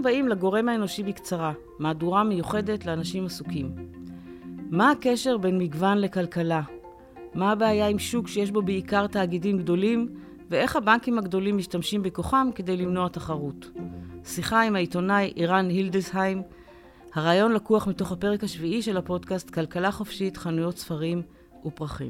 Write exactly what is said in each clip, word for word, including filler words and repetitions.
הבאים לגורם האנושי בקצרה, מהדורה מיוחדת לאנשים עסוקים. מה הקשר בין מגוון לכלכלה? מה הבעיה עם שוק שיש בו בעיקר תאגידים גדולים, ואיך הבנקים הגדולים משתמשים בכוחם כדי למנוע תחרות? שיחה עם העיתונאי ערן הילדסהיים. הרעיון לקוח מתוך הפרק השביעי של הפודקאסט כלכלה חופשית, חנויות ספרים ופרחים.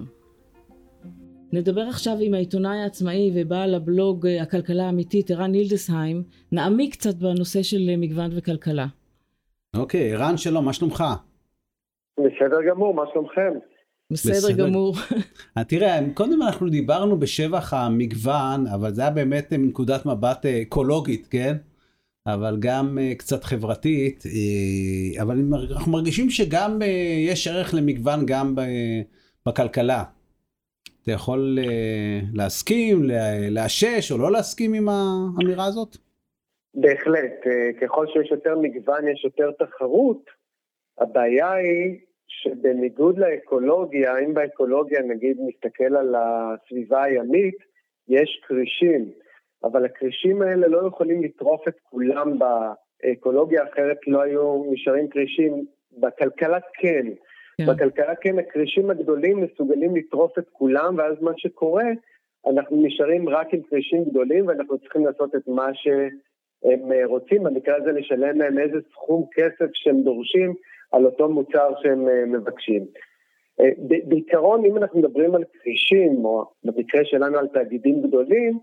נדבר עכשיו עם העיתונאי העצמאי ובעל הבלוג הכלכלה האמיתית ערן הילדסהיים. נעמיק קצת בנושא של מגוון וכלכלה. אוקיי, ערן שלום, מה שלומך? בסדר גמור, מה שלומכם? בסדר גמור. תראה, קודם אנחנו דיברנו בשבח המגוון, אבל זה היה באמת מנקודת מבט אקולוגית, כן? אבל גם קצת חברתית, אבל אנחנו מרגישים שגם יש ערך למגוון גם בכלכלה. אתה יכול להסכים, לאשש או לא להסכים עם האמירה הזאת? בהחלט, ככל שיש יותר מגוון יש יותר תחרות. הבעיה היא שבניגוד לאקולוגיה, אם באקולוגיה נגיד מסתכל על הסביבה הימית, יש קרישים, אבל הקרישים האלה לא יכולים לטרוף את כולם באקולוגיה, אחרת לא היו נשארים קרישים. בכלכלה כן. כן. בכלכלה כן, הקרישים הגדולים מסוגלים לטרוף את כולם, ואז מה שקורה, אנחנו נשארים רק עם קרישים גדולים, ואנחנו צריכים לעשות את מה שהם רוצים, במקרה הזה לשלם להם איזה סכום כסף שהם דורשים, על אותו מוצר שהם מבקשים. בעיקרון, אם אנחנו מדברים על קרישים, או במקרה שלנו על תאגידים גדולים,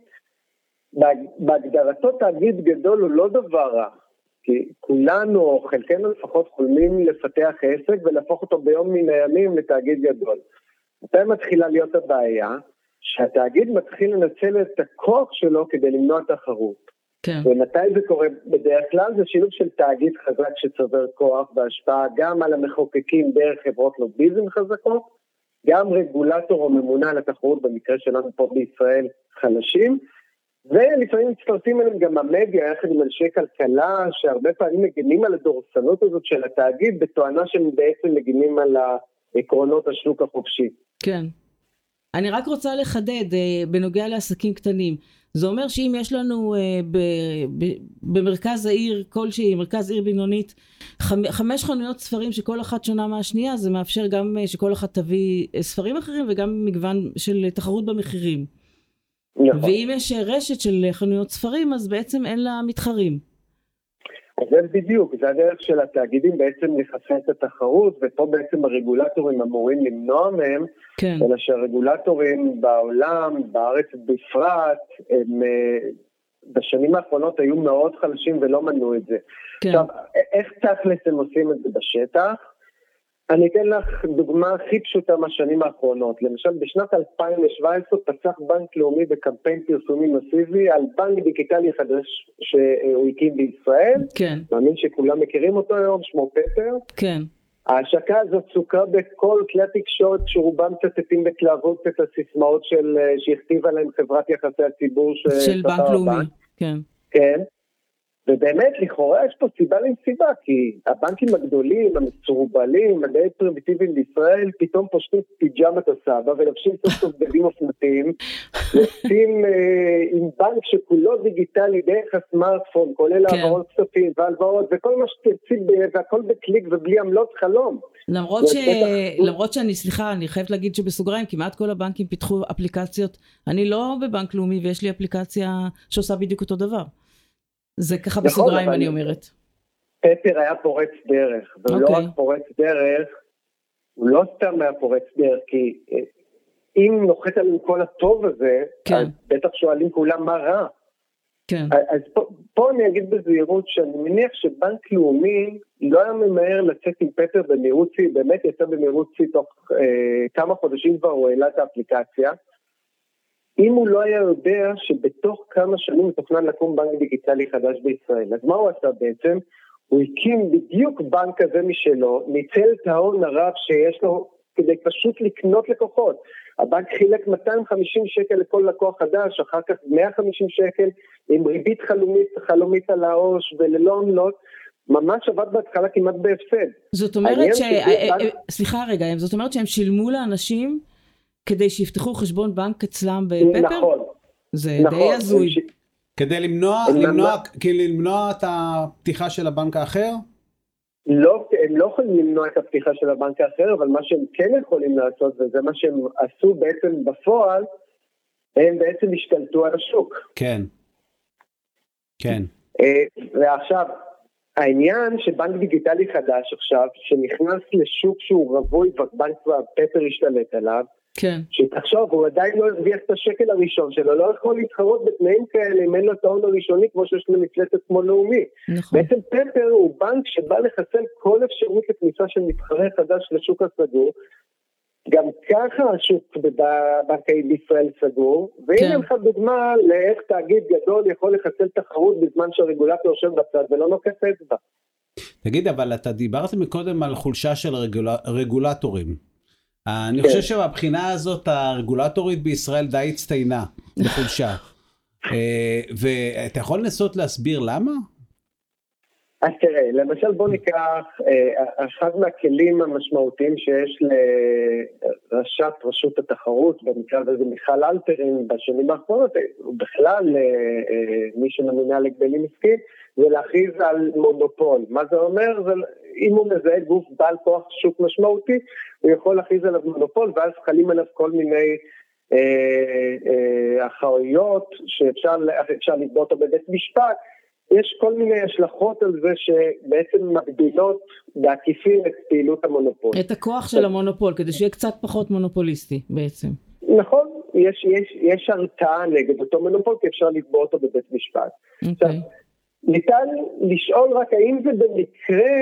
בהגדרתו תאגיד גדול הוא לא דבר רע, כי כולנו, או חלקנו לפחות, חולמים לפתח עסק ולהפוך אותו ביום מן הימים לתאגיד גדול. מתי מתחילה להיות הבעיה? שהתאגיד מתחיל לנצל את הכוח שלו כדי למנוע תחרות. כן. ומתי זה קורה? בדרך כלל זה שילוב של תאגיד חזק שצובר כוח והשפעה גם על המחוקקים דרך חברות לוביזם חזקות, גם רגולטור או ממונה על התחרות, במקרה שלנו פה בישראל, חלשים, ולפעמים מצטרפים אליהם גם המדיה, יחד עם אנשי כלכלה, שהרבה פעמים מגנים על הדורסנות הזאת של התאגיד, בתואנה שהם בעצם מגנים על העקרונות השוק החופשי. כן. אני רק רוצה לחדד בנוגע לעסקים קטנים. זה אומר שאם יש לנו במרכז העיר כלשהי, מרכז עיר בינונית, חמש חנויות ספרים שכל אחת שונה מהשנייה, זה מאפשר גם שכל אחת תביא ספרים אחרים וגם מגוון של תחרות במחירים. נכון. ואם יש רשת של חנויות ספרים, אז בעצם אין לה מתחרים. זה בדיוק, זה הדרך של התאגידים בעצם לחסן את התחרות, ופה בעצם הרגולטורים אמורים למנוע מהם, כן. אלא שהרגולטורים בעולם, בארץ בפרט, הם בשנים האחרונות היו מאוד חלשים ולא מנעו את זה. כן. עכשיו, איך תכלס הם עושים את זה בשטח? אני אתן לך דוגמה הכי פשוטה מהשנים האחרונות. למשל, בשנת אלפיים שבע עשרה פצח בנק לאומי בקמפיין פרסומי מסיבי על בנק דיגיטלי חדש שהוא הקים בישראל. כן. מאמין שכולם מכירים אותו היום, שמו פטר. כן. ההשקה הזאת סוקרה בכל כלי התקשורת שרובם צטטים בהתלהבות את הסיסמאות של, שהכתיבה להם חברת יחסי הציבור. של בנק לאומי, כן. כן. ובאמת, לכאורה יש פה סיבה למסיבה, כי הבנקים הגדולים, המסורבלים, הדי פרימיטיביים בישראל, פתאום פושטים פיג'מת הסבא, ולבשים סוף סוף בגדים אופנתיים, יוצאים אה, עם בנק שכולו דיגיטלי דרך הסמארטפון, כולל כן. העברות כספים והלוואות, וכל מה שתרצי, והכל בקליק ובלי עמלות חלום. למרות, ש... למרות שאני, סליחה, אני חייבת להגיד שבסוגריים, כמעט כל הבנקים פיתחו אפליקציות, אני לא בבנק לאומי, ויש לי אפליקציה שעושה בדיוק אותו דבר. זה ככה בסוגריים אני אומרת. פטר היה פורץ דרך, ולא רק פורץ דרך, הוא לא סתם היה פורץ דרך, כי אם נוחת עלינו כל הטוב הזה, אז בטח שואלים כולם מה רע. אז פה אני אגיד בזהירות שאני מניח שבנק לאומי לא היה ממהר לצאת עם פטר במהירות שיא, באמת יצא במהירות שיא תוך כמה חודשים כבר הוא העלה את האפליקציה, אם הוא לא היה יודע שבתוך כמה שנים מתוכנן לקום בנק דיגיטלי חדש בישראל. אז מה הוא עשה בעצם? הוא הקים בדיוק בנק כזה משלו, ניצל את ההון הרב שיש לו כדי פשוט לקנות לקוחות. הבנק חילק מאתיים וחמישים שקל לכל לקוח חדש, אחר כך מאה וחמישים שקל עם ריבית חלומית, חלומית על העו"ש וללא עמלות, ממש עבד בהתחלה כמעט בהפסד. זאת אומרת ש... סליחה רגע, זאת אומרת שהם שילמו לאנשים כדי שיפתחו חשבון בנק אצלם בפפר? נכון. זה נכון, די הזוי. ש... כדי למנוע, למנוע, כאילו למנוע את הפתיחה של הבנק האחר? לא, הם לא יכולים למנוע את הפתיחה של הבנק האחר, אבל מה שהם כן יכולים לעשות, וזה מה שהם עשו בעצם בפועל, הם בעצם השתלטו על השוק. כן. כן. ועכשיו, העניין שבנק דיגיטלי חדש עכשיו, שנכנס לשוק שהוא רבוי, ובנק והפפר השתלט עליו, כן. שתחשוב, הוא עדיין לא הרוויח את השקל הראשון שלו, לא יכול להתחרות בתנאים כאלה, אם אין לו את ההון הראשוני, כמו שיש למפלטת כמו לאומי. נכון. בעצם פפר הוא בנק שבא לחסל כל אפשרות לכניסה של מתחרה חדש לשוק הסגור, גם ככה השוק בבנקאי בישראל סגור, והנה לך דוגמה לאיך תאגיד גדול יכול לחסל תחרות בזמן שהרגולטור יושב בצד ולא נוקף אצבע. תגיד, אבל אתה דיברת מקודם על חולשה של רגולטורים. אני חושב שבבחינה הזאת הרגולטורית בישראל די הצטיינה לחולשה. ואתה יכול לנסות להסביר למה? אז תראה, למשל בוא ניקח, אחד מהכלים המשמעותיים שיש לראשת רשות התחרות, במקרה הזה מיכל אלפרין בשנים האחרונות, ובכלל מי שממונה על הגבלים עסקיים, זה להכריז על מונופול. מה זה אומר? זה, אם הוא מזהה גוף בעל כוח שוק משמעותי, הוא יכול להכריז עליו מונופול, ואז חלים עליו כל מיני אה, אה, אחריות שאפשר לקבוע אותו בבית משפט. יש כל מיני השלכות על זה שבעצם מגבילות בעקיפין את פעילות המונופול. את הכוח של המונופול, כדי שיהיה קצת פחות מונופוליסטי בעצם. נכון, יש, יש, יש הרתעה נגד אותו מונופול, כי אפשר לקבוע אותו בבית משפט. Okay. עכשיו, ניתן לשאול רק האם זה במקרה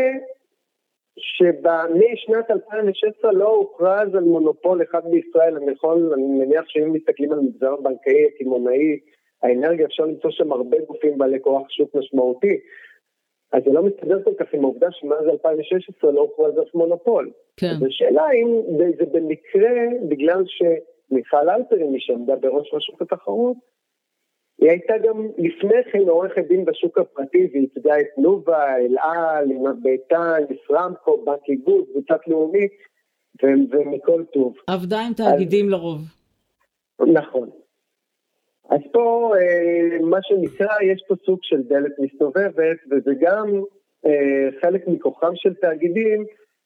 שבמשנת אלפיים ושש עשרה לא הוכרז על מונופול אחד בישראל. אני יכול, אני מניח שאם מסתכלים על מגזר הבנקאי, הקמעונאי, האנרגיה, אפשר למצוא שם הרבה גופים בעלי כוח שוק משמעותי. אז זה לא מסתדר כל כך עם העובדה שמאז אלפיים ושש עשרה לא הוכרז על מונופול. כן. אז השאלה אם זה במקרה, בגלל שמיכל אלפרין שעמדה בראש רשות התחרות, היא הייתה גם לפני כן עורכת דין בשוק הפרטי, והיא ייצגה את תנובה, אל על, ביתן, ישראמקו, בנק איגוד, קבוצת לאומית, ומכל טוב. עבדה עם תאגידים אז... לרוב. נכון. אז פה, מה שנקרא, יש פה סוג של דלת מסתובבת, וזה גם חלק מכוחם של תאגידים,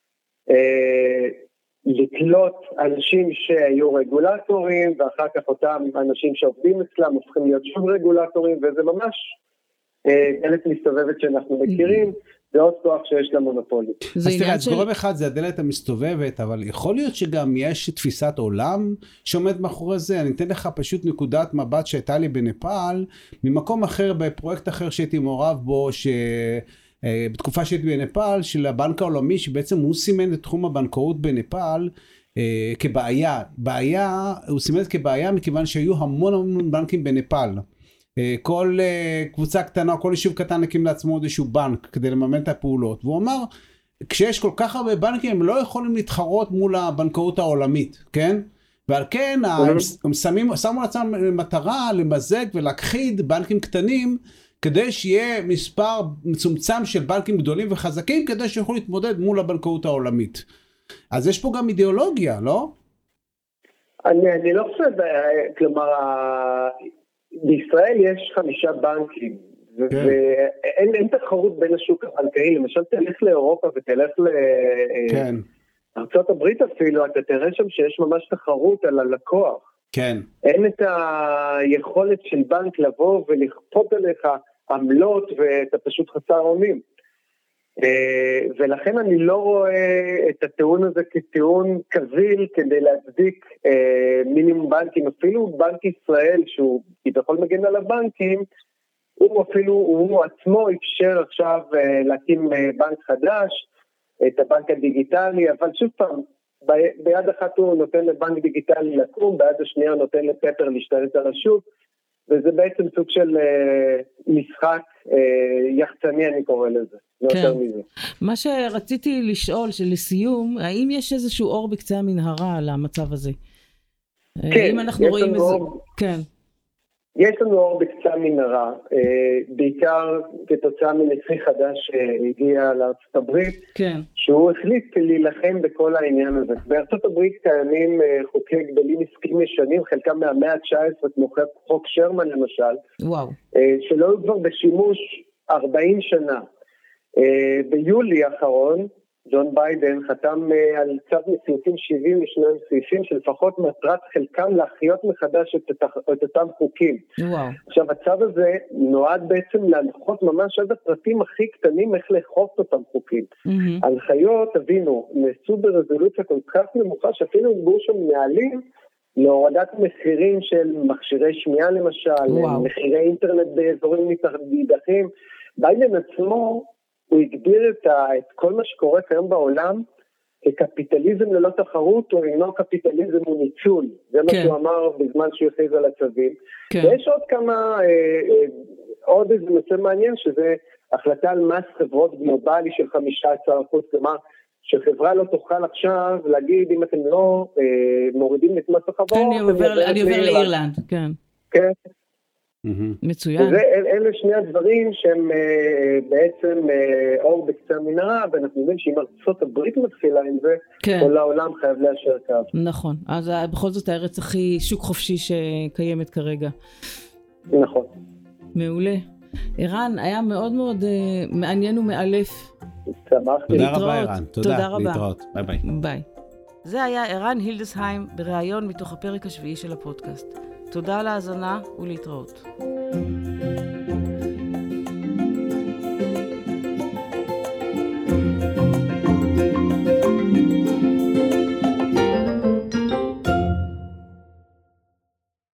לקלוט אנשים שהיו רגולטורים, ואחר כך אותם אנשים שעובדים אצלם הופכים להיות שוב רגולטורים, וזה ממש דלת מסתובבת שאנחנו מכירים, זה עוד כוח שיש למונופולים. אז תראה, אז גורם אחד זה הדלת המסתובבת, אבל יכול להיות שגם יש תפיסת עולם שעומד מאחורי זה. אני אתן לך פשוט נקודת מבט שהייתה לי בנפאל, ממקום אחר, בפרויקט אחר שהייתי מעורב בו, ש... בתקופה שהייתי בנפאל, של הבנק העולמי, שבעצם הוא סימן את תחום הבנקאות בנפאל אה, כבעיה. בעיה, הוא סימן את כבעיה מכיוון שהיו המון המון בנקים בנפאל. אה, כל אה, קבוצה קטנה, כל יישוב קטן הקים לעצמו איזשהו בנק כדי לממן את הפעולות. והוא אמר, כשיש כל כך הרבה בנקים, הם לא יכולים להתחרות מול הבנקאות העולמית, כן? ועל כן, הם שמים, שמו לעצמם מטרה למזג ולהכחיד בנקים קטנים, כדי שיהיה מספר מצומצם של בנקים גדולים וחזקים, כדי שיוכלו להתמודד מול הבנקאות העולמית. אז יש פה גם אידיאולוגיה, לא? אני, אני לא חושב, כלומר, בישראל יש חמישה בנקים, כן. ואין אין תחרות בין השוק הבנקאי, למשל תלך לאירופה ותלך כן. לארצות הברית אפילו, אתה תראה שם שיש ממש תחרות על הלקוח. כן. אין את היכולת של בנק לבוא ולכפות עליך עמלות, ואתה פשוט חסר אונים. ולכן אני לא רואה את הטיעון הזה כטיעון קביל כדי להצדיק מינימום בנקים. אפילו בנק ישראל, שהוא כביכול מגן על הבנקים, הוא אפילו, הוא עצמו אפשר עכשיו להקים בנק חדש, את הבנק הדיגיטלי, אבל שוב פעם, ביד אחת הוא נותן לבנק דיגיטלי לקום, ביד השנייה הוא נותן לפפר להשתלט על השוק, וזה בעצם סוג של משחק יחצני, אני קורא לזה. כן. מה שרציתי לשאול, שלסיום, האם יש איזשהו אור בקצה המנהרה על המצב הזה? כן, אם אנחנו רואים איזה... אור, כן. יש לנו אור בקצה המנהרה, בעיקר כתוצאה מנשיא חדש שהגיע לארצות הברית, כן. שהוא החליט להילחם בכל העניין הזה. בארצות הברית קיימים חוקי הגבלים עסקיים ישנים, חלקם מהמאה ה-תשע עשרה, כמו חוק שרמן למשל, וואו. שלא היו כבר בשימוש ארבעים שנה. ביולי האחרון, ג'ון ביידן חתם על צו נשיאותי שבעים ושניים סעיפים שלפחות מטרת חלקם להחיות מחדש את, את אותם חוקים. וואו. עכשיו הצו הזה נועד בעצם להנחות ממש עד הפרטים הכי קטנים איך לאכוף אותם חוקים. Mm-hmm. הנחיות, תבינו, נעשו ברזולוציה כל כך נמוכה שאפילו נקבעו שם נהלים להורדת מחירים של מכשירי שמיעה למשל, וואו. מחירי אינטרנט באזורים נידחים. ביידן עצמו הוא הגדיר את, ה, את כל מה שקורה כיום בעולם כקפיטליזם ללא תחרות, או אינו קפיטליזם הוא ניצול. זה כן. מה שהוא אמר בזמן שהוא הכריז על הצווים. כן. ויש עוד כמה, אה, אה, עוד איזה נושא מעניין, שזה החלטה על מס חברות גלובלי של חמישה עשר אחוז, כלומר, שחברה לא תוכל עכשיו להגיד, אם אתם לא אה, מורידים את מס החברות... אני עובר, אני עובר לאירלנד, כן. כן. מצוין. וזה, אלה שני הדברים שהם אה, בעצם אה, אור בקצה המנהרה, ואנחנו יודעים שאם ארצות הברית מתחילה עם זה, כן. כל העולם חייב לאשר קו. נכון, אז בכל זאת הארץ הכי שוק חופשי שקיימת כרגע. נכון. מעולה. ערן, היה מאוד מאוד אה, מעניין ומאלף. שמחתי. תודה רבה ערן, תודה, תודה רבה. להתראות, ביי ביי. ביי. זה היה ערן הילדסהיים בריאיון מתוך הפרק השביעי של הפודקאסט. תודה על ההאזנה ולהתראות.